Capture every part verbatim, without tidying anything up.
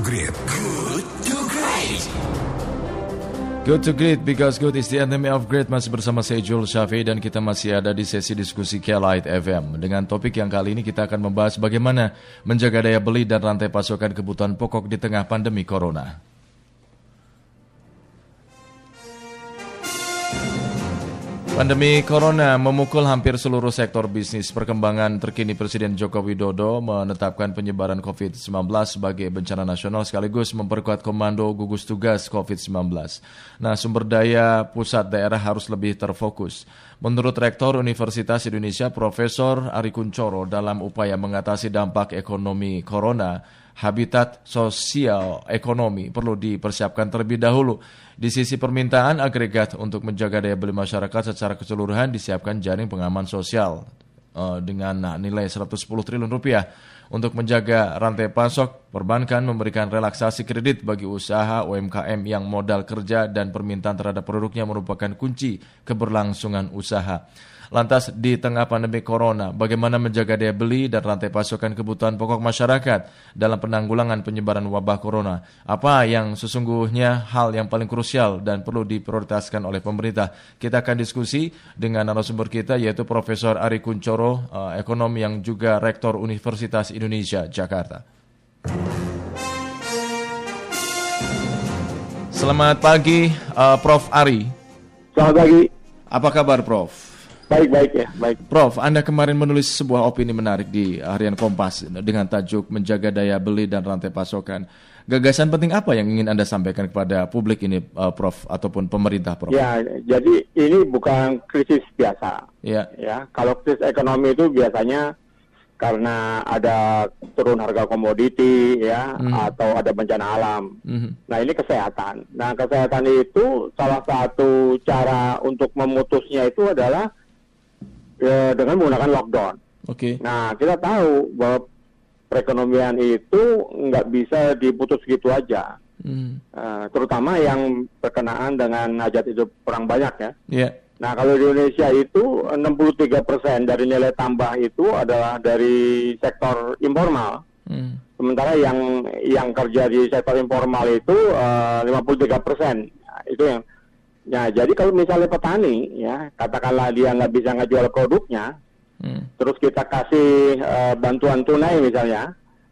Great. Good to Great. Good to Great because good is the enemy of great. Masih bersama saya Jules Syafi'i dan kita masih ada di sesi diskusi K-Light F M. Dengan topik yang kali ini kita akan membahas bagaimana menjaga daya beli dan rantai pasokan kebutuhan pokok di tengah pandemi Corona. Pandemi Corona memukul hampir seluruh sektor bisnis. Perkembangan terkini Presiden Joko Widodo menetapkan penyebaran covid sembilan belas sebagai bencana nasional sekaligus memperkuat komando gugus tugas covid sembilan belas. Nah, sumber daya pusat daerah harus lebih terfokus. Menurut Rektor Universitas Indonesia Profesor Ari Kunchoro, dalam upaya mengatasi dampak ekonomi Corona, habitat sosial ekonomi perlu dipersiapkan terlebih dahulu. Di sisi permintaan agregat untuk menjaga daya beli masyarakat secara keseluruhan disiapkan jaring pengaman sosial uh, dengan nilai seratus sepuluh triliun rupiah. Untuk menjaga rantai pasok, perbankan memberikan relaksasi kredit bagi usaha U M K M yang modal kerja dan permintaan terhadap produknya merupakan kunci keberlangsungan usaha. Lantas di tengah pandemi Corona, bagaimana menjaga daya beli dan rantai pasokan kebutuhan pokok masyarakat dalam penanggulangan penyebaran wabah Corona? Apa yang sesungguhnya hal yang paling krusial dan perlu diprioritaskan oleh pemerintah? Kita akan diskusi dengan narasumber kita yaitu Profesor Ari Kunchoro, uh, ekonom yang juga Rektor Universitas Indonesia, Jakarta. Selamat pagi, uh, Prof Ari. Selamat pagi. Apa kabar, Prof? Baik-baik ya, baik. Prof, Anda kemarin menulis sebuah opini menarik di Harian Kompas dengan tajuk Menjaga Daya Beli dan Rantai Pasokan. Gagasan penting apa yang ingin Anda sampaikan kepada publik ini, uh, Prof, ataupun pemerintah, Prof? Ya, jadi ini bukan krisis biasa. Ya. Ya, kalau krisis ekonomi itu biasanya karena ada turun harga komoditi, ya, mm. atau ada bencana alam. Mm-hmm. Nah, ini kesehatan. Nah, kesehatan itu salah satu cara untuk memutusnya itu adalah ya, dengan menggunakan lockdown. Oke. Okay. Nah, kita tahu bahwa perekonomian itu nggak bisa diputus gitu aja. Hmm. Uh, terutama yang berkenaan dengan hajat hidup orang banyak ya. Yeah. Nah, kalau di Indonesia itu enam puluh tiga persen dari nilai tambah itu adalah dari sektor informal. Hmm. Sementara yang yang kerja di sektor informal itu uh, lima puluh tiga persen. Nah, itu yang Ya, jadi kalau misalnya petani, ya katakanlah dia nggak bisa ngejual produknya, hmm. terus kita kasih uh, bantuan tunai misalnya,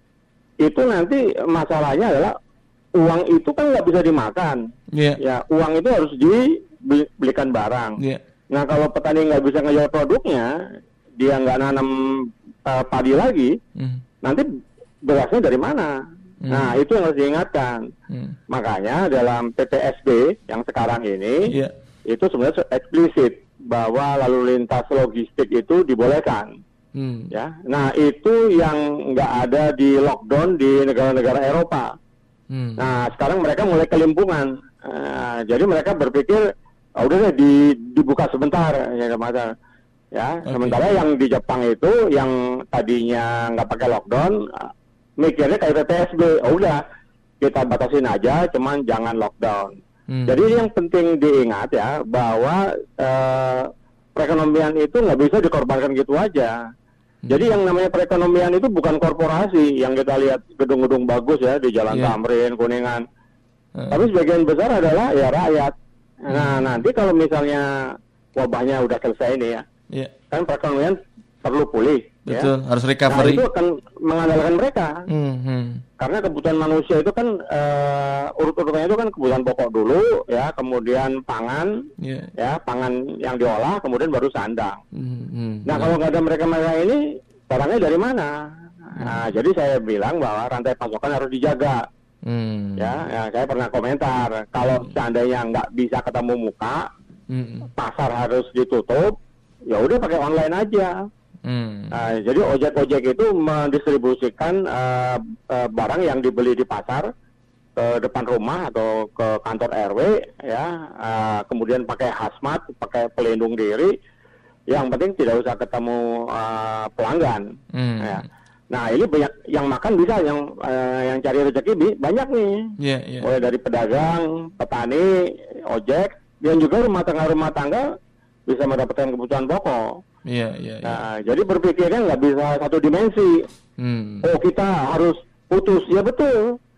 itu nanti masalahnya adalah uang itu kan nggak bisa dimakan, yeah. ya uang itu harus dibelikan barang. Yeah. Nah, kalau petani nggak bisa ngejual produknya, dia nggak nanam uh, padi lagi, hmm. nanti berasnya dari mana? Hmm. Nah, itu yang harus diingatkan. Hmm. Makanya dalam P P S B yang sekarang ini, yeah. itu sebenarnya eksplisit bahwa lalu lintas logistik itu dibolehkan. Hmm. Ya, nah itu yang nggak ada di lockdown di negara-negara Eropa. Hmm. Nah, sekarang mereka mulai kelimpungan. Nah, jadi mereka berpikir, oh, udah deh di, dibuka sebentar, ya masalah. Ya, okay. Sementara yang di Jepang itu yang tadinya nggak pakai lockdown, mikirnya kayak P P S B, oh udah kita batasin aja, cuman jangan lockdown. Hmm. Jadi yang penting diingat ya bahwa eh, perekonomian itu nggak bisa dikorbankan gitu aja. Hmm. Jadi yang namanya perekonomian itu bukan korporasi yang kita lihat gedung-gedung bagus ya di Jalan yeah. Tamrin, Kuningan. Hmm. Tapi sebagian besar adalah ya rakyat. Hmm. Nah, nanti kalau misalnya wabahnya udah selesai ini ya, yeah. kan perekonomian perlu pulih. Betul, ya. Harus recovery. Nah, itu akan mengandalkan mereka. Hmm, hmm. Karena kebutuhan manusia itu kan uh, urut-urutannya itu kan kebutuhan pokok dulu, ya, kemudian pangan, yeah. ya, pangan yang diolah, kemudian baru sandang. Hmm, hmm, nah, yeah. kalau nggak ada mereka-mereka ini, barangnya dari mana? Hmm. Nah, jadi saya bilang bahwa rantai pasokan harus dijaga. Hmm. Ya, ya, saya pernah komentar, kalau hmm. seandainya nggak bisa ketemu muka, hmm. pasar harus ditutup, ya udah pakai online aja. Hmm. Nah, jadi ojek-ojek itu mendistribusikan uh, uh, barang yang dibeli di pasar ke depan rumah atau ke kantor R W, ya, uh, kemudian pakai hazmat, pakai pelindung diri. Yang penting tidak usah ketemu uh, pelanggan. Hmm. Ya. Nah, ini banyak yang makan bisa, yang uh, yang cari rezeki banyak nih. Yeah, yeah. Mulai dari pedagang, petani, ojek, dan juga rumah tangga-rumah tangga bisa mendapatkan kebutuhan pokok. Iya, iya, iya. Nah, jadi berpikirnya nggak bisa satu dimensi. Hmm. Oh, kita harus putus. Ya betul.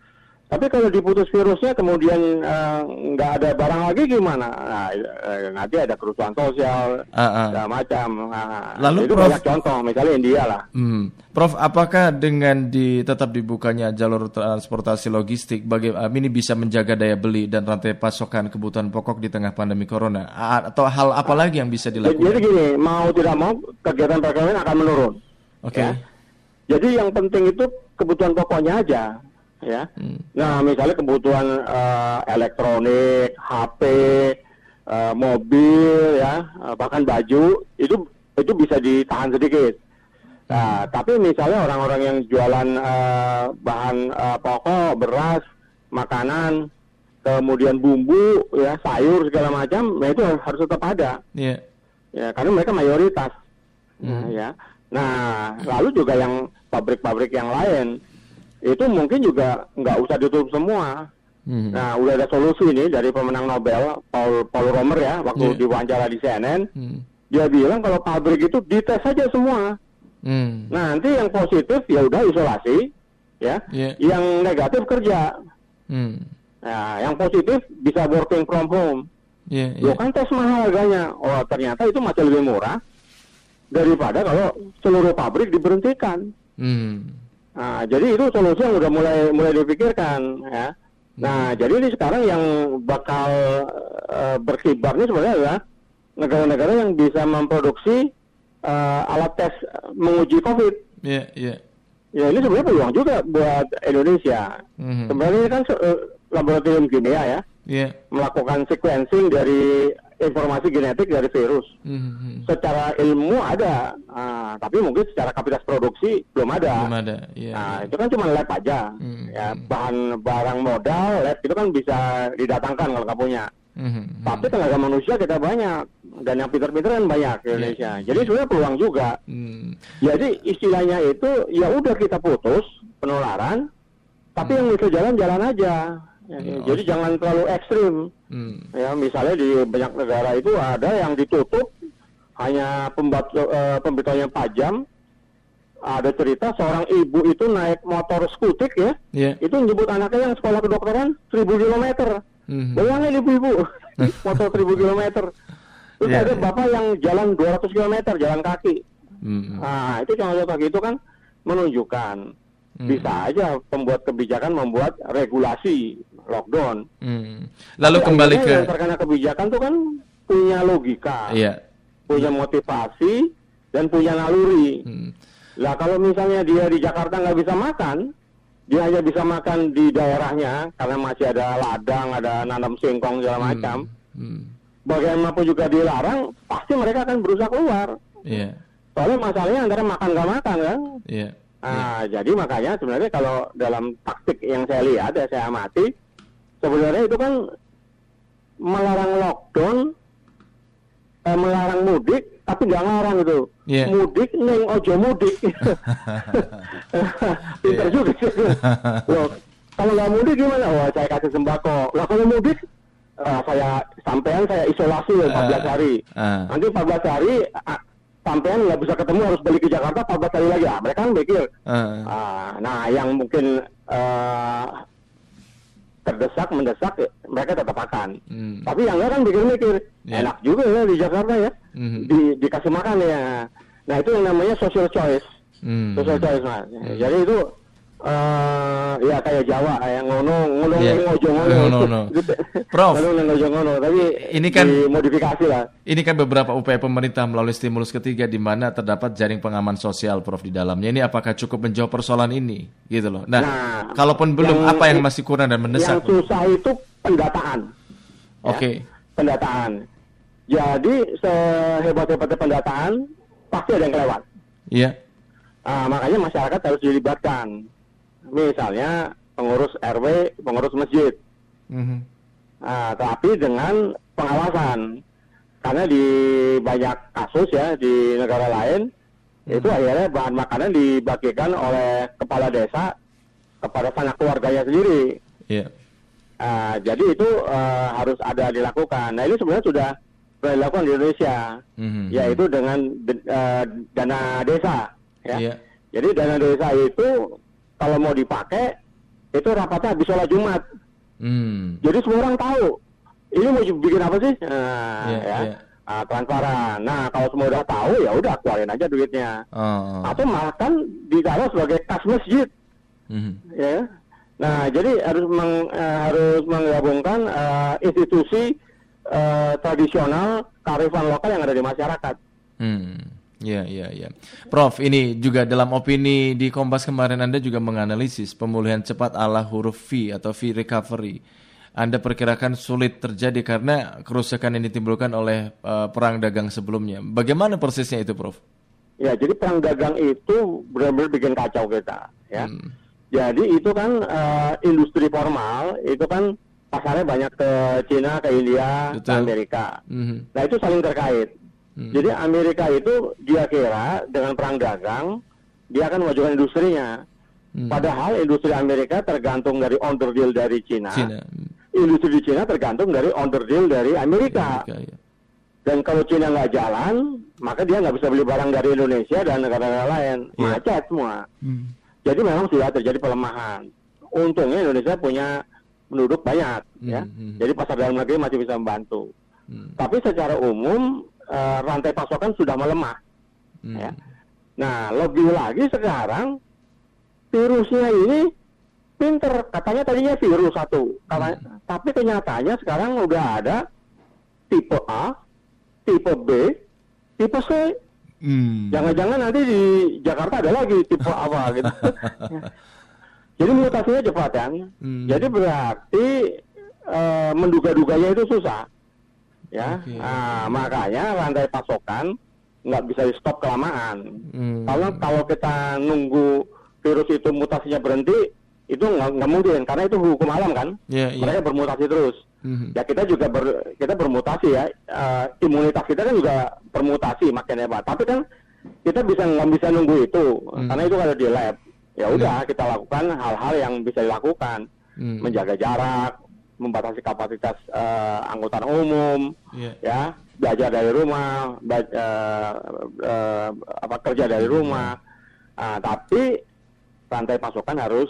Tapi kalau diputus virusnya kemudian nggak uh, ada barang lagi gimana? Nah, uh, nanti ada kerusuhan sosial, uh, uh. segala macam. Nah, Lalu itu Prof, banyak contoh, misalnya India lah. Hmm, Prof, apakah dengan di tetap dibukanya jalur transportasi logistik, bagaimana ini bisa menjaga daya beli dan rantai pasokan kebutuhan pokok di tengah pandemi corona? Atau hal apa lagi yang bisa dilakukan? Jadi gini, mau tidak mau kegiatan perekonomian akan menurun. Oke. Okay. Ya? Jadi yang penting itu kebutuhan pokoknya aja. Ya, hmm. Nah misalnya kebutuhan uh, elektronik, H P, uh, mobil, ya, uh, bahkan baju itu itu bisa ditahan sedikit. Nah, hmm. tapi misalnya orang-orang yang jualan uh, bahan uh, pokok, beras, makanan, kemudian bumbu, ya, sayur segala macam, nah itu harus tetap ada. Yeah. Ya, karena mereka mayoritas. Hmm. Nah, ya. Nah, lalu juga yang pabrik-pabrik yang lain itu mungkin juga nggak usah ditutup semua. Hmm. Nah, udah ada solusi ini dari pemenang Nobel Paul Paul Romer ya, waktu yeah. diwawancara di C N N, hmm. dia bilang kalau pabrik itu dites saja semua. Hmm. Nah, nanti yang positif ya udah isolasi, ya, yeah. yang negatif kerja. Hmm. Nah, yang positif bisa working from home. Yeah, yeah. Loh, kan tes mahal harganya. Oh, ternyata itu masih lebih murah daripada kalau seluruh pabrik diberhentikan. Hmm. Nah, jadi itu solusi yang udah mulai mulai dipikirkan, ya. Nah, hmm. jadi ini sekarang yang bakal uh, berkibar ini sebenarnya adalah negara-negara yang bisa memproduksi uh, alat tes menguji COVID. Iya, yeah, iya. Yeah. Ya, ini sebenarnya peluang juga buat Indonesia. Hmm. Sebenarnya ini kan uh, laboratorium kimia ya, yeah. melakukan sequencing dari informasi genetik dari virus. Mm-hmm. Secara ilmu ada, uh, tapi mungkin secara kapasitas produksi belum ada. Belum ada. Yeah, nah, yeah. itu kan cuma lab aja. Mm-hmm. Ya, bahan barang modal lab itu kan bisa didatangkan kalau nggak punya. Mm-hmm. Tapi tenaga manusia kita banyak dan yang pintar-pintar kan banyak di Indonesia. Yeah. Jadi sebenarnya peluang juga. Mm. Jadi istilahnya itu ya udah kita putus penularan, tapi mm. yang bisa jalan jalan aja. Ya, ya, jadi okay. jangan terlalu ekstrim. Hmm. Ya, misalnya di banyak negara itu ada yang ditutup hanya pembat uh, pemberitahuannya empat jam. Ada cerita seorang ibu itu naik motor skutik ya, yeah. itu menyebut anaknya yang sekolah kedokteran seribu kilometer. Hmm. Bayangin ibu-ibu motor seribu kilometer. Terus yeah, ada yeah. bapak yang jalan dua ratus kilometer jalan kaki. Hmm. Nah, itu contoh kayak gitu kan menunjukkan. Hmm. Bisa aja pembuat kebijakan membuat regulasi lockdown. Hmm. Lalu tapi kembali ke terkena kebijakan tuh kan punya logika, yeah. punya motivasi dan punya naluri. Hmm. Lah kalau misalnya dia di Jakarta nggak bisa makan, dia hanya bisa makan di daerahnya karena masih ada ladang, ada nanam singkong segala macam. Hmm. Hmm. Bagaimanapun juga dilarang, pasti mereka akan berusaha keluar. Yeah. Soalnya masalahnya antara makan nggak makan kan. Yeah. Nah, yeah. jadi makanya sebenarnya kalau dalam taktik yang saya lihat, ya saya amati, sebenarnya itu kan melarang lockdown, eh, melarang mudik, tapi nggak ngelarang itu. Yeah. Mudik, neng ojo mudik. Pinter yeah. juga sih. Loh, kalau nggak mudik gimana? Oh, saya kasih sembako. Lah kalau mudik, uh, saya sampean saya isolasi empat belas hari. Uh, uh. Nanti empat belas hari... Uh, sampean nggak bisa ketemu harus balik ke Jakarta empat belas kali lagi. Ah, mereka kan mikir. Uh. Uh, nah, yang mungkin uh, terdesak, mendesak, ya, mereka tetap akan. Mm. Tapi yang nggak kan mikir-mikir. Yeah. Enak juga ya di Jakarta ya. Mm-hmm. Di, dikasih makan ya. Nah, itu yang namanya social choice. Mm. Social choice, Mas. Mm. Jadi itu uh, ya kayak Jawa, yang ngono, ngono, yeah. ngojo, ngono. No, no, no. Prof, ngono, ngojo, ngono. Tapi ini kan dimodifikasi lah. Ini kan beberapa upaya pemerintah melalui stimulus ketiga di mana terdapat jaring pengaman sosial, Prof, di dalamnya. Ini apakah cukup menjawab persoalan ini, gitu loh. Nah, nah kalaupun belum, yang, apa yang masih kurang dan mendesak? Yang susah itu pendataan. Oke. Okay. Ya, pendataan. Jadi sehebat-hebatnya pendataan pasti ada yang kelewat. Iya. Yeah. Nah, makanya masyarakat harus dilibatkan. Misalnya pengurus R W, pengurus masjid. Mm-hmm. Nah, tapi dengan pengawasan. Karena di banyak kasus ya di negara lain, mm-hmm. itu akhirnya bahan makanan dibagikan oleh kepala desa kepada sanak keluarganya sendiri. Yeah. Uh, jadi itu uh, harus ada dilakukan. Nah, ini sebenarnya sudah dilakukan di Indonesia, mm-hmm. yaitu dengan uh, dana desa. Ya. Yeah. Jadi dana desa itu kalau mau dipakai itu rapatnya habis sholat Jumat. Hmm. Jadi semua orang tahu ini mau bikin apa sih? Nah, yeah, ya, yeah. Nah, transparan. Nah, kalau semua udah tahu ya udah keluarin aja duitnya. Oh. Atau malah kan ditaruh sebagai kas masjid. Mm-hmm. Ya. Nah, jadi harus meng, uh, harus menggabungkan uh, institusi uh, tradisional kearifan lokal yang ada di masyarakat. Hmm. Ya, ya, ya. Prof, ini juga dalam opini di Kompas kemarin Anda juga menganalisis pemulihan cepat ala huruf V atau V recovery. Anda perkirakan sulit terjadi karena kerusakan yang ditimbulkan oleh uh, perang dagang sebelumnya. Bagaimana persisnya itu, Prof? Ya, jadi perang dagang itu benar-benar bikin kacau kita. Ya, hmm. Jadi itu kan uh, industri formal, itu kan pasarnya banyak ke Cina, ke India, Betul. ke Amerika. Hmm. Nah, itu saling terkait. Hmm. Jadi Amerika itu dia kira dengan perang dagang dia akan memajukan industrinya. Hmm. Padahal industri Amerika tergantung dari order deal dari Cina. Cina. Industri di Cina tergantung dari order deal dari Amerika. Amerika ya. Dan kalau Cina nggak jalan, maka dia nggak bisa beli barang dari Indonesia dan negara-negara lain. Ya. Macet semua. Hmm. Jadi memang sudah terjadi pelemahan. Untungnya Indonesia punya penduduk banyak, hmm. ya. Hmm. Jadi pasar dalam negeri masih bisa membantu. Hmm. Tapi secara umum Uh, rantai pasokan sudah melemah, hmm. ya. Nah, lebih lagi sekarang virusnya ini pinter, katanya tadinya virus satu, katanya, hmm. tapi kenyataannya sekarang udah ada tipe A, tipe B, tipe C. Hmm. Jangan-jangan nanti di Jakarta ada lagi tipe apa gitu. Jadi mutasinya cepat kan. Hmm. Jadi berarti uh, menduga-duganya itu susah. Ya, okay. Nah, makanya rantai pasokan nggak bisa di stop kelamaan. Hmm. Kalau kalau kita nunggu virus itu mutasinya berhenti, itu nggak nggak mungkin karena itu hukum alam kan. Yeah, yeah. Mereka bermutasi terus. Hmm. Ya kita juga ber, kita bermutasi ya. Uh, imunitas kita kan juga bermutasi makin hebat. Tapi kan kita bisa nggak bisa nunggu itu hmm. karena itu ada di lab. Ya udah hmm. kita lakukan hal-hal yang bisa dilakukan, hmm. menjaga jarak, membatasi kapasitas uh, angkutan umum, yeah. ya, belajar dari rumah, baca, uh, uh, apa kerja dari rumah, uh, tapi rantai pasokan harus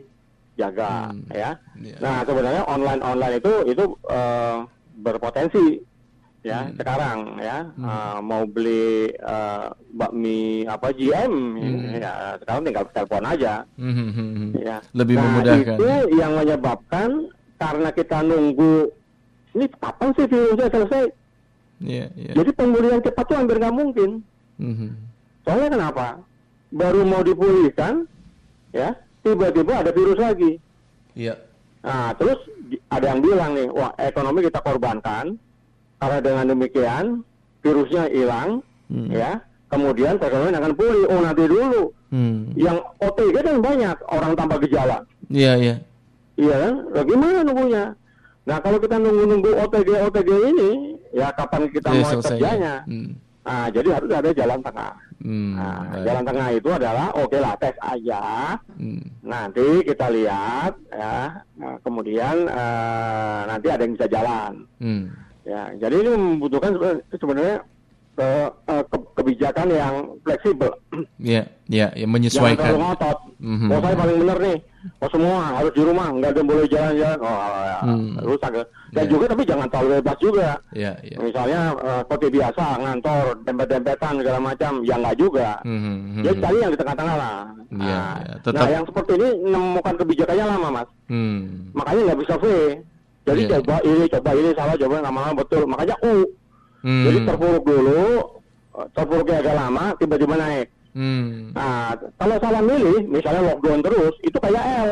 dijaga, hmm. ya. Yeah. Nah sebenarnya online online itu itu uh, berpotensi, ya hmm. sekarang, ya, hmm. uh, mau beli uh, bakmi apa G M, hmm. ya sekarang tinggal telepon aja, hmm. ya. Lebih nah, memudahkan. Itu yang menyebabkan karena kita nunggu ini kapan sih virusnya selesai? Yeah, yeah. Jadi pemulihan cepat itu hampir nggak mungkin. Mm-hmm. Soalnya kenapa? Baru mau dipulihkan, ya tiba-tiba ada virus lagi. Yeah. Nah terus ada yang bilang nih, wah ekonomi kita korbankan karena dengan demikian virusnya hilang, mm. ya. Kemudian perekonomian akan pulih. Oh nanti dulu. Mm. Yang O T G kan banyak orang tanpa gejala. Iya yeah, iya. Yeah. Iya kan? Bagaimana nunggunya? Nah kalau kita nunggu-nunggu O T G O T G ini, ya kapan kita ya, mau kerjanya? Hmm. Nah jadi harus ada jalan tengah. Hmm, nah, jalan tengah itu adalah oke okay lah tes aja. Hmm. Nanti kita lihat, ya. Nah, kemudian uh, nanti ada yang bisa jalan. Hmm. Ya, jadi ini membutuhkan sebenarnya ke, uh, ke, kebijakan yang fleksibel. Iya, yeah, ya, yeah, menyesuaikan. Jangan terlalu ngotot. Mm-hmm. Oh saya paling benar nih. Oh semua harus di rumah, nggak ada boleh jalan-jalan. Oh ya, hmm. rusak. Dan yeah. juga tapi jangan terlalu bebas juga. Yeah, yeah. Misalnya uh, seperti biasa ngantor, dempet-dempetan segala macam, ya nggak juga. Mm-hmm. Jadi cari yang di tengah-tengah lah. Yeah, nah, yeah. Tetap... nah yang seperti ini menemukan kebijakannya lama mas. Hmm. Makanya nggak bisa V. Jadi yeah. coba ini, coba ini salah, coba lama-lama betul. Makanya U. Hmm. Jadi terpuruk dulu, terpuruknya agak lama, tiba-tiba naik. Hmm. Nah, kalau salah milih, misalnya lockdown terus, itu kayak L.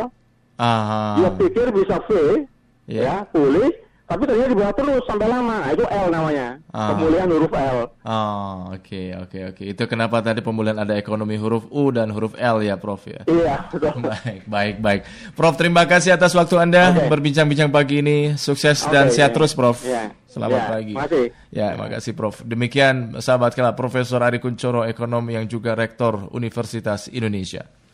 Aha. Dia pikir bisa V, yeah. ya, pulih, tapi ternyata di bawah terus sampai lama. Nah, itu L namanya, ah. pemulihan huruf L. Oh, oke, okay, oke, okay, oke. Okay. Itu kenapa tadi pemulihan ada ekonomi huruf U dan huruf L ya, Prof ya? Iya, betul. Baik, baik, baik. Prof, terima kasih atas waktu Anda okay. berbincang-bincang pagi ini. Sukses okay, dan sehat yeah. terus, Prof. Yeah. Selamat ya, pagi. Makasih. Ya, makasih Prof. Demikian sahabat kala Profesor Ari Kunchoro, ekonom yang juga Rektor Universitas Indonesia.